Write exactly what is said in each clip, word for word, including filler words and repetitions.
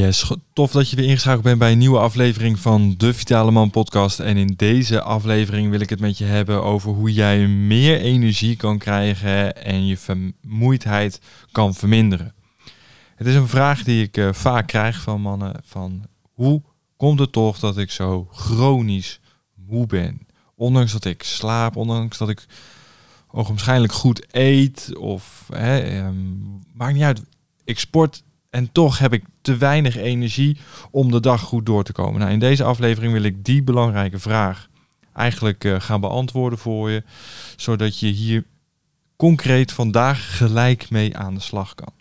Yes, tof dat je weer ingeschakeld bent bij een nieuwe aflevering van de Vitale Man podcast. En in deze aflevering wil ik het met je hebben over hoe jij meer energie kan krijgen en je vermoeidheid kan verminderen. Het is een vraag die ik uh, vaak krijg van mannen van hoe komt het toch dat ik zo chronisch moe ben? Ondanks dat ik slaap, ondanks dat ik ogenschijnlijk goed eet of hè, um, maakt niet uit, ik sport. En toch heb ik te weinig energie om de dag goed door te komen. Nou, in deze aflevering wil ik die belangrijke vraag eigenlijk uh, gaan beantwoorden voor je. Zodat je hier concreet vandaag gelijk mee aan de slag kan.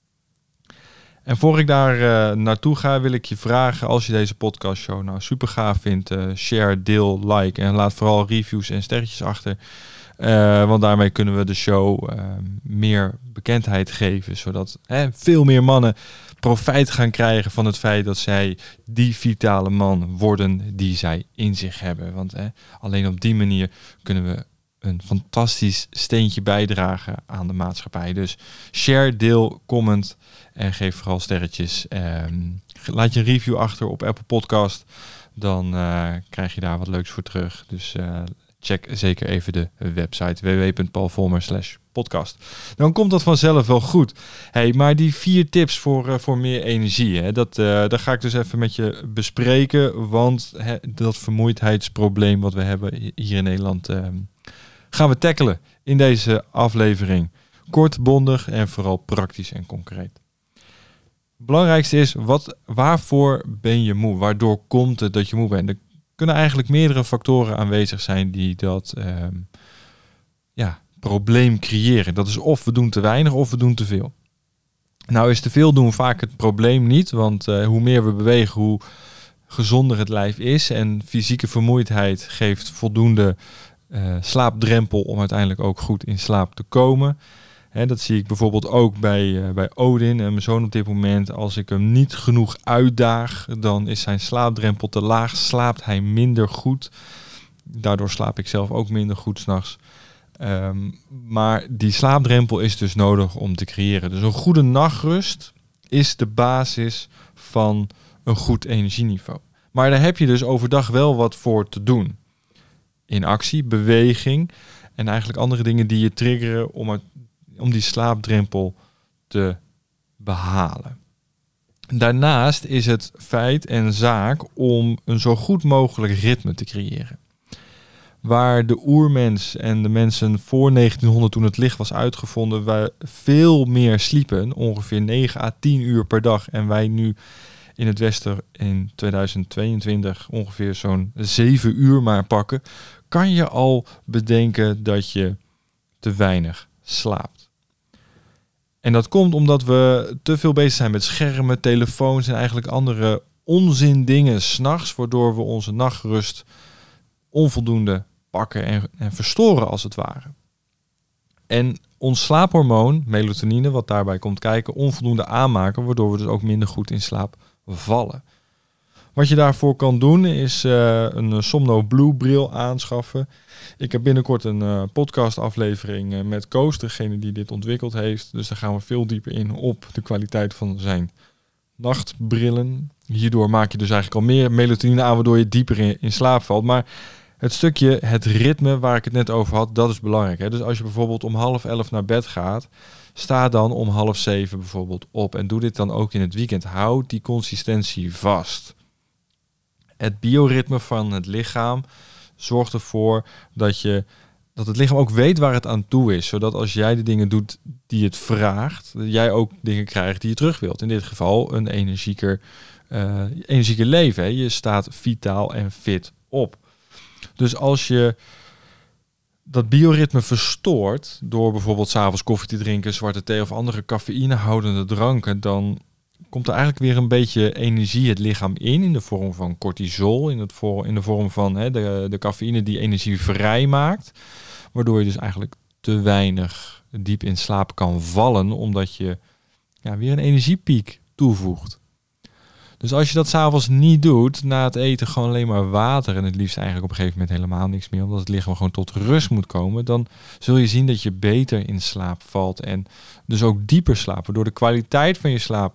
En voor ik daar uh, naartoe ga wil ik je vragen, als je deze podcastshow nou super gaaf vindt, uh, share, deel, like en laat vooral reviews en sterretjes achter. Uh, want daarmee kunnen we de show uh, meer bekendheid geven, zodat hè, veel meer mannen profijt gaan krijgen van het feit dat zij die vitale man worden die zij in zich hebben. Want hè, alleen op die manier kunnen we een fantastisch steentje bijdragen aan de maatschappij. Dus share, deel, comment en geef vooral sterretjes. Um, laat je een review achter op Apple Podcast, dan uh, krijg je daar wat leuks voor terug. Dus uh, check zeker even de website w w w punt paul volmer slash podcast. Dan komt dat vanzelf wel goed. Hey, maar die vier tips voor, uh, voor meer energie, hè, dat, uh, dat ga ik dus even met je bespreken. Want hè, dat vermoeidheidsprobleem wat we hebben hier in Nederland uh, gaan we tackelen in deze aflevering. Kort, bondig en vooral praktisch en concreet. Het belangrijkste is, wat, waarvoor ben je moe? Waardoor komt het dat je moe bent? Er kunnen eigenlijk meerdere factoren aanwezig zijn die dat uh, ja, probleem creëren. Dat is of we doen te weinig of we doen te veel. Nou is te veel doen vaak het probleem niet, want uh, hoe meer we bewegen, hoe gezonder het lijf is. En fysieke vermoeidheid geeft voldoende uh, slaapdrempel om uiteindelijk ook goed in slaap te komen. He, dat zie ik bijvoorbeeld ook bij, uh, bij Odin en mijn zoon op dit moment. Als ik hem niet genoeg uitdaag, dan is zijn slaapdrempel te laag. Slaapt hij minder goed. Daardoor slaap ik zelf ook minder goed 's nachts. Um, maar die slaapdrempel is dus nodig om te creëren. Dus een goede nachtrust is de basis van een goed energieniveau. Maar daar heb je dus overdag wel wat voor te doen. In actie, beweging en eigenlijk andere dingen die je triggeren om het om die slaapdrempel te behalen. Daarnaast is het feit en zaak om een zo goed mogelijk ritme te creëren. Waar de oermens en de mensen voor negentienhonderd, toen het licht was uitgevonden, wij veel meer sliepen, ongeveer negen à tien uur per dag. En wij nu in het Westen in tweeduizend tweeëntwintig ongeveer zo'n zeven uur maar pakken, kan je al bedenken dat je te weinig slaapt. En dat komt omdat we te veel bezig zijn met schermen, telefoons en eigenlijk andere onzin dingen 's nachts, waardoor we onze nachtrust onvoldoende pakken en, en verstoren als het ware. En ons slaaphormoon, melatonine, wat daarbij komt kijken, onvoldoende aanmaken, waardoor we dus ook minder goed in slaap vallen. Wat je daarvoor kan doen is uh, een Somno Blue bril aanschaffen. Ik heb binnenkort een uh, podcastaflevering uh, met Koos, degene die dit ontwikkeld heeft. Dus daar gaan we veel dieper in op de kwaliteit van zijn nachtbrillen. Hierdoor maak je dus eigenlijk al meer melatonine aan, waardoor je dieper in, in slaap valt. Maar het stukje, het ritme waar ik het net over had, dat is belangrijk. Hè? Dus als je bijvoorbeeld om half elf naar bed gaat, sta dan om half zeven bijvoorbeeld op. En doe dit dan ook in het weekend. Houd die consistentie vast. Het bioritme van het lichaam zorgt ervoor dat, je, dat het lichaam ook weet waar het aan toe is. Zodat als jij de dingen doet die het vraagt, dat jij ook dingen krijgt die je terug wilt. In dit geval een energieker, uh, energieker leven. Hè. Je staat vitaal en fit op. Dus als je dat bioritme verstoort door bijvoorbeeld 's avonds koffie te drinken, zwarte thee of andere cafeïnehoudende dranken, dan komt er eigenlijk weer een beetje energie het lichaam in, in de vorm van cortisol, in, het voor, in de vorm van hè, de, de cafeïne die energie vrijmaakt, waardoor je dus eigenlijk te weinig diep in slaap kan vallen, omdat je ja, weer een energiepiek toevoegt. Dus als je dat 's avonds niet doet, na het eten gewoon alleen maar water en het liefst eigenlijk op een gegeven moment helemaal niks meer, omdat het lichaam gewoon tot rust moet komen, dan zul je zien dat je beter in slaap valt en dus ook dieper slaapt, waardoor de kwaliteit van je slaap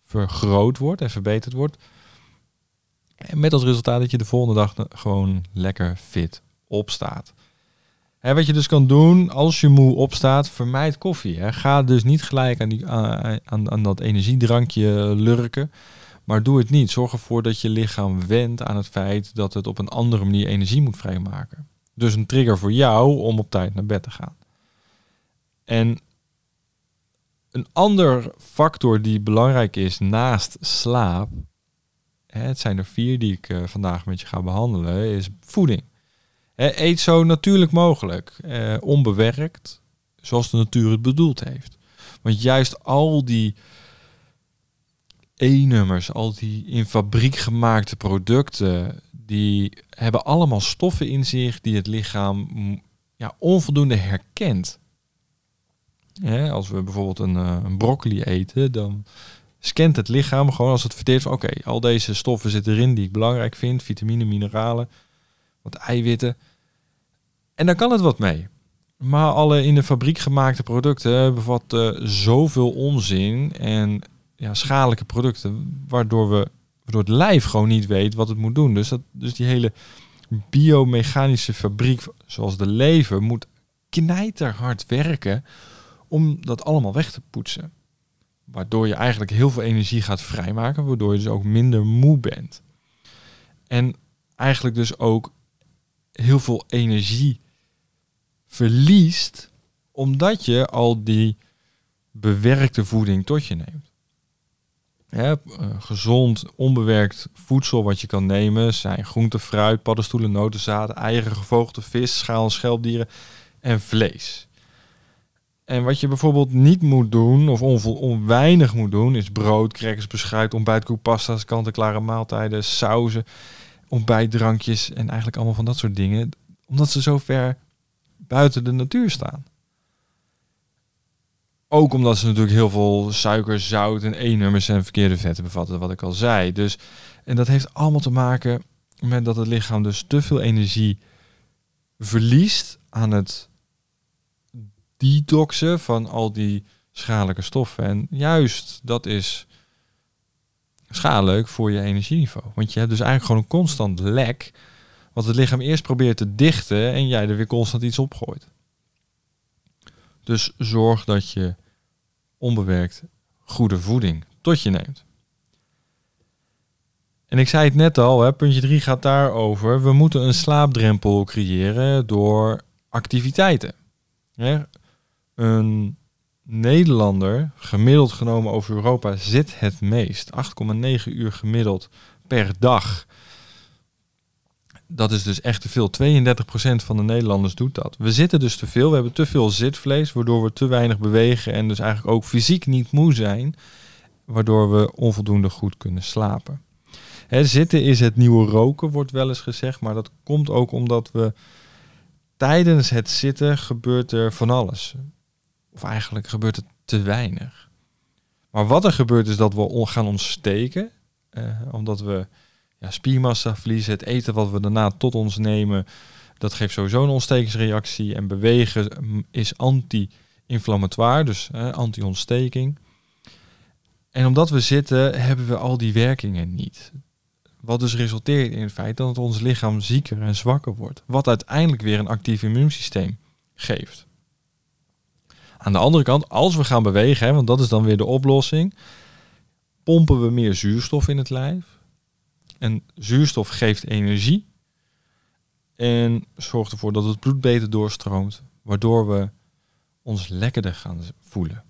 vergroot wordt en verbeterd wordt. En met als resultaat dat je de volgende dag gewoon lekker fit opstaat. Hè, wat je dus kan doen als je moe opstaat, vermijd koffie. Hè. Ga dus niet gelijk aan, die, aan, aan dat energiedrankje lurken. Maar doe het niet. Zorg ervoor dat je lichaam wendt aan het feit dat het op een andere manier energie moet vrijmaken. Dus een trigger voor jou om op tijd naar bed te gaan. En een ander factor die belangrijk is naast slaap, hè, het zijn er vier die ik uh, vandaag met je ga behandelen, is voeding. Hè, eet zo natuurlijk mogelijk, eh, onbewerkt, zoals de natuur het bedoeld heeft. Want juist al die E-nummers, al die in fabriek gemaakte producten, die hebben allemaal stoffen in zich die het lichaam ja, onvoldoende herkent. Ja, als we bijvoorbeeld een, uh, een broccoli eten, dan scant het lichaam gewoon als het verteert van oké, okay, al deze stoffen zitten erin die ik belangrijk vind, vitamine, mineralen, wat eiwitten. En daar kan het wat mee. Maar alle in de fabriek gemaakte producten bevatten zoveel onzin en ja, schadelijke producten, waardoor we waardoor het lijf gewoon niet weet wat het moet doen. Dus, dat, dus die hele biomechanische fabriek, zoals de lever, moet knijterhard werken om dat allemaal weg te poetsen. Waardoor je eigenlijk heel veel energie gaat vrijmaken, waardoor je dus ook minder moe bent. En eigenlijk dus ook heel veel energie verliest, omdat je al die bewerkte voeding tot je neemt. Ja, gezond, onbewerkt voedsel wat je kan nemen zijn groente, fruit, paddenstoelen, noten, zaden, eieren, gevogelte vis, schaal- en schelpdieren en vlees. En wat je bijvoorbeeld niet moet doen, of onvol, onweinig moet doen, is brood, crackers, beschuit, ontbijtkoek, pasta's, kant-en-klare maaltijden, sauzen, ontbijtdrankjes en eigenlijk allemaal van dat soort dingen, omdat ze zo ver buiten de natuur staan. Ook omdat ze natuurlijk heel veel suiker, zout en E-nummers en verkeerde vetten bevatten, wat ik al zei. Dus, en dat heeft allemaal te maken met dat het lichaam dus te veel energie verliest aan het detoxen van al die schadelijke stoffen. En juist dat is schadelijk voor je energieniveau. Want je hebt dus eigenlijk gewoon een constant lek, wat het lichaam eerst probeert te dichten en jij er weer constant iets opgooit. Dus zorg dat je onbewerkt goede voeding tot je neemt. En ik zei het net al, hè, puntje drie gaat daarover. We moeten een slaapdrempel creëren door activiteiten. Ja, een Nederlander, gemiddeld genomen over Europa, zit het meest. acht komma negen uur gemiddeld per dag. Dat is dus echt te veel. tweeëndertig procent van de Nederlanders doet dat. We zitten dus te veel. We hebben te veel zitvlees, waardoor we te weinig bewegen en dus eigenlijk ook fysiek niet moe zijn, waardoor we onvoldoende goed kunnen slapen. Hè, zitten is het nieuwe roken, wordt wel eens gezegd, maar dat komt ook omdat we tijdens het zitten gebeurt er van alles. Of eigenlijk gebeurt er te weinig. Maar wat er gebeurt is dat we gaan ontsteken, eh, omdat we ja, spiermassa verliezen. Het eten wat we daarna tot ons nemen, dat geeft sowieso een ontstekingsreactie. En bewegen is anti-inflammatoire, dus eh, anti-ontsteking. En omdat we zitten, hebben we al die werkingen niet. Wat dus resulteert in het feit dat ons lichaam zieker en zwakker wordt. Wat uiteindelijk weer een actief immuunsysteem geeft. Aan de andere kant, als we gaan bewegen, hè, want dat is dan weer de oplossing, pompen we meer zuurstof in het lijf. En zuurstof geeft energie en zorgt ervoor dat het bloed beter doorstroomt, waardoor we ons lekkerder gaan voelen.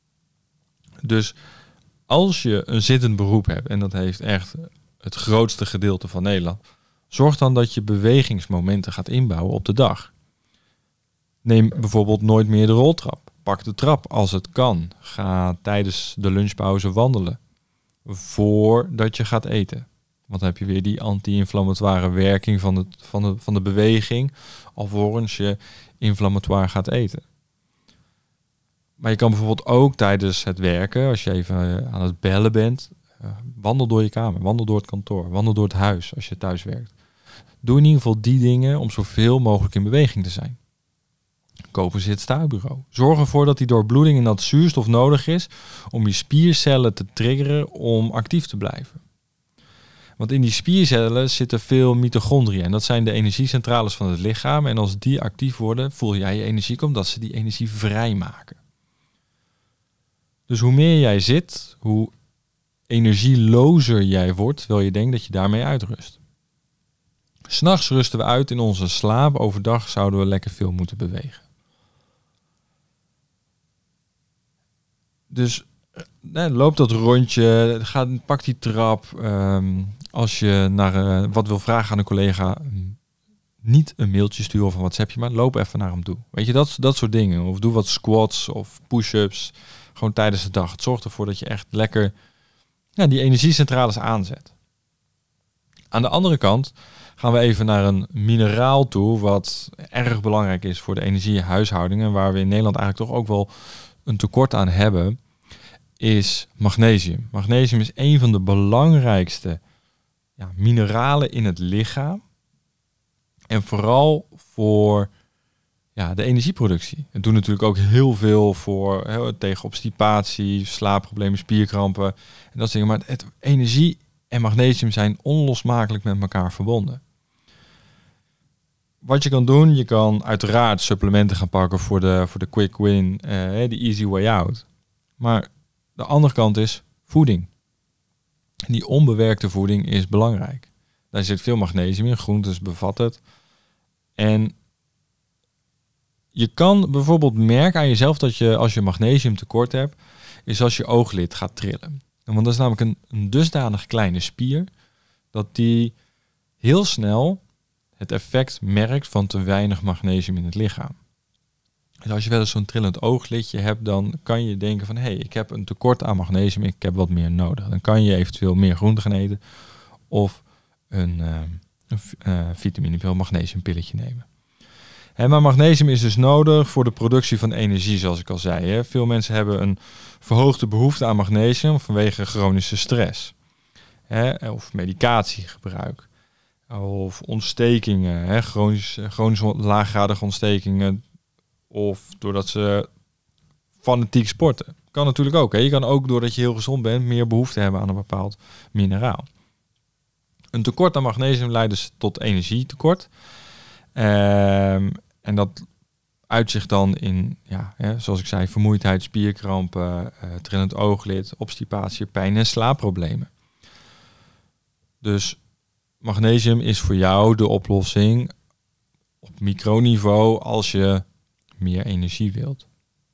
Dus als je een zittend beroep hebt, en dat heeft echt het grootste gedeelte van Nederland, zorg dan dat je bewegingsmomenten gaat inbouwen op de dag. Neem bijvoorbeeld nooit meer de roltrap. Pak de trap als het kan. Ga tijdens de lunchpauze wandelen voordat je gaat eten. Want dan heb je weer die anti-inflammatoire werking van, het, van, de, van de beweging, alvorens je inflammatoire gaat eten. Maar je kan bijvoorbeeld ook tijdens het werken, als je even aan het bellen bent, uh, wandel door je kamer, wandel door het kantoor, wandel door het huis als je thuis werkt. Doe in ieder geval die dingen om zoveel mogelijk in beweging te zijn. koop een zit-sta bureau. Zorg ervoor dat die doorbloeding en dat zuurstof nodig is om je spiercellen te triggeren om actief te blijven. Want in die spiercellen zitten veel mitochondriën. En dat zijn de energiecentrales van het lichaam. En als die actief worden, voel jij je energiek omdat ze die energie vrijmaken. Dus hoe meer jij zit, hoe energielozer jij wordt, terwijl je denkt dat je daarmee uitrust. 'S Nachts rusten we uit in onze slaap. Overdag zouden we lekker veel moeten bewegen. Dus nee, loop dat rondje, ga, pak die trap. Um, als je naar uh, wat wil vragen aan een collega, niet een mailtje sturen of een WhatsAppje, maar loop even naar hem toe. Weet je, dat, dat soort dingen. Of doe wat squats of push-ups. Gewoon tijdens de dag. Het zorgt ervoor dat je echt lekker ja, die energiecentrales aanzet. Aan de andere kant gaan we even naar een mineraal toe, wat erg belangrijk is voor de energiehuishoudingen, waar we in Nederland eigenlijk toch ook wel een tekort aan hebben, is magnesium. Magnesium is een van de belangrijkste ja, mineralen in het lichaam. En vooral voor ja, de energieproductie. Het doet natuurlijk ook heel veel voor he, tegen obstipatie, slaapproblemen, spierkrampen en dat soort dingen. Maar het, energie en magnesium zijn onlosmakelijk met elkaar verbonden. Wat je kan doen, je kan uiteraard supplementen gaan pakken voor de, voor de quick win, uh, de easy way out. Maar de andere kant is voeding. Die onbewerkte voeding is belangrijk. Daar zit veel magnesium in, groentes bevat het. En je kan bijvoorbeeld merken aan jezelf dat je, als je magnesium tekort hebt, is als je ooglid gaat trillen. Want dat is namelijk een, een dusdanig kleine spier, dat die heel snel het effect merkt van te weinig magnesium in het lichaam. Dus als je wel eens zo'n trillend ooglidje hebt, dan kan je denken van, hé, hey, ik heb een tekort aan magnesium, ik heb wat meer nodig. Dan kan je eventueel meer groente gaan eten of een, uh, een uh, vitaminepil, magnesiumpilletje nemen. He, maar magnesium is dus nodig voor de productie van energie, zoals ik al zei. Hè. Veel mensen hebben een verhoogde behoefte aan magnesium vanwege chronische stress. He, of medicatiegebruik. Of ontstekingen, hè, chronisch, chronisch laaggradige ontstekingen. Of doordat ze fanatiek sporten. Kan natuurlijk ook. Hè. Je kan ook doordat je heel gezond bent meer behoefte hebben aan een bepaald mineraal. Een tekort aan magnesium leidt dus tot energietekort. Um, en dat uit zich dan in, ja, hè, zoals ik zei, vermoeidheid, spierkrampen, uh, trillend ooglid, obstipatie, pijn en slaapproblemen. Dus magnesium is voor jou de oplossing op microniveau als je meer energie wilt.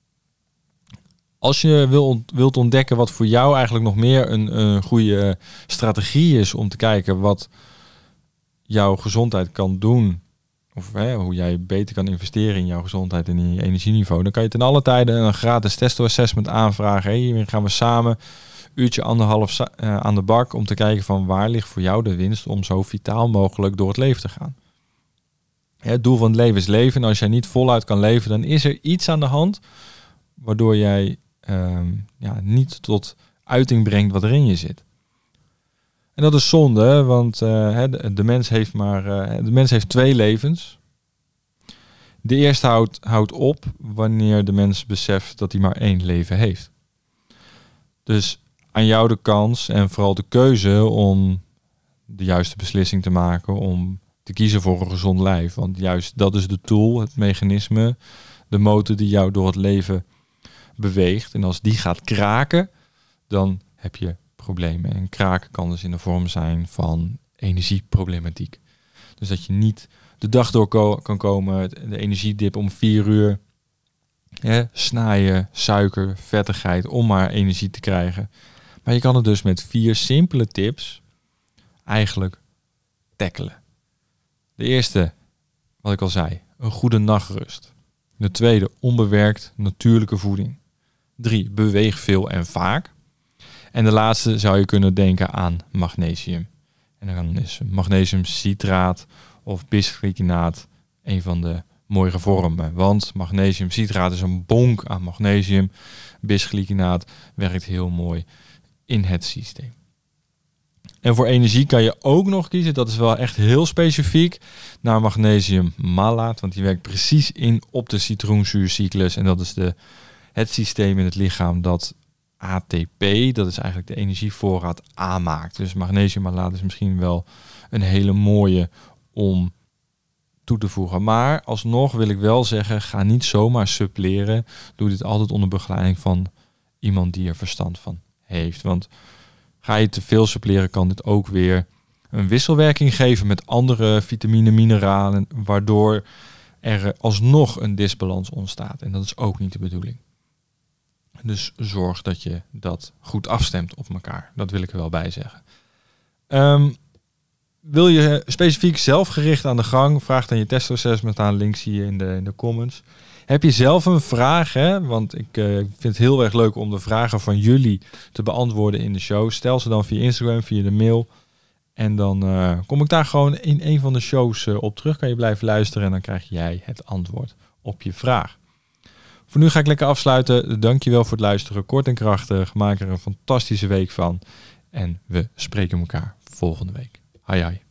Als je wil, wilt ontdekken wat voor jou eigenlijk nog meer een, een goede strategie is om te kijken wat jouw gezondheid kan doen, of hè, hoe jij beter kan investeren in jouw gezondheid en in je energieniveau, dan kan je ten alle tijde een gratis testo-assessment aanvragen. Hey, hierin gaan we samen uurtje anderhalf uh, aan de bak om te kijken van waar ligt voor jou de winst om zo vitaal mogelijk door het leven te gaan. Ja, het doel van het leven is leven. En als jij niet voluit kan leven, dan is er iets aan de hand waardoor jij um, ja, niet tot uiting brengt wat er in je zit. En dat is zonde, want uh, de, de, mens heeft maar, uh, de mens heeft twee levens. De eerste houdt, houdt op wanneer de mens beseft dat hij maar één leven heeft. Dus aan jou de kans en vooral de keuze om de juiste beslissing te maken, om te kiezen voor een gezond lijf. Want juist dat is de tool, het mechanisme, de motor die jou door het leven beweegt. En als die gaat kraken, dan heb je problemen. En kraken kan dus in de vorm zijn van energieproblematiek. Dus dat je niet de dag door ko- kan komen, de energiedip om vier uur, hè, snaaien, suiker, vettigheid, om maar energie te krijgen. Maar je kan het dus met vier simpele tips eigenlijk tackelen. De eerste, wat ik al zei, een goede nachtrust. De tweede, onbewerkt natuurlijke voeding. Drie, beweeg veel en vaak. En de laatste zou je kunnen denken aan magnesium. En dan is magnesiumcitraat of bisglycinaat een van de mooie vormen. Want magnesiumcitraat is een bonk aan magnesium. Bisglycinaat werkt heel mooi in het systeem. En voor energie kan je ook nog kiezen, dat is wel echt heel specifiek, naar magnesium malaat. Want die werkt precies in op de citroenzuurcyclus. En dat is de, het systeem in het lichaam dat A T P, dat is eigenlijk de energievoorraad, aanmaakt. Dus magnesium malaat is misschien wel een hele mooie om toe te voegen. Maar alsnog wil ik wel zeggen, ga niet zomaar suppleren. Doe dit altijd onder begeleiding van iemand die er verstand van heeft. Want ga je te veel suppleren, kan dit ook weer een wisselwerking geven met andere vitamine, mineralen, waardoor er alsnog een disbalans ontstaat. En dat is ook niet de bedoeling. Dus zorg dat je dat goed afstemt op elkaar. Dat wil ik er wel bij zeggen. Um, wil je specifiek zelfgericht aan de gang? Vraag dan je testassessment aan. Links zie je in de, in de comments. Heb je zelf een vraag? Hè? Want ik uh, vind het heel erg leuk om de vragen van jullie te beantwoorden in de show. Stel ze dan via Instagram, via de mail. En dan uh, kom ik daar gewoon in een van de shows uh, op terug. Kan je blijven luisteren en dan krijg jij het antwoord op je vraag. Voor nu ga ik lekker afsluiten. Dankjewel voor het luisteren. Kort en krachtig. Maak er een fantastische week van. En we spreken elkaar volgende week. Hai hai.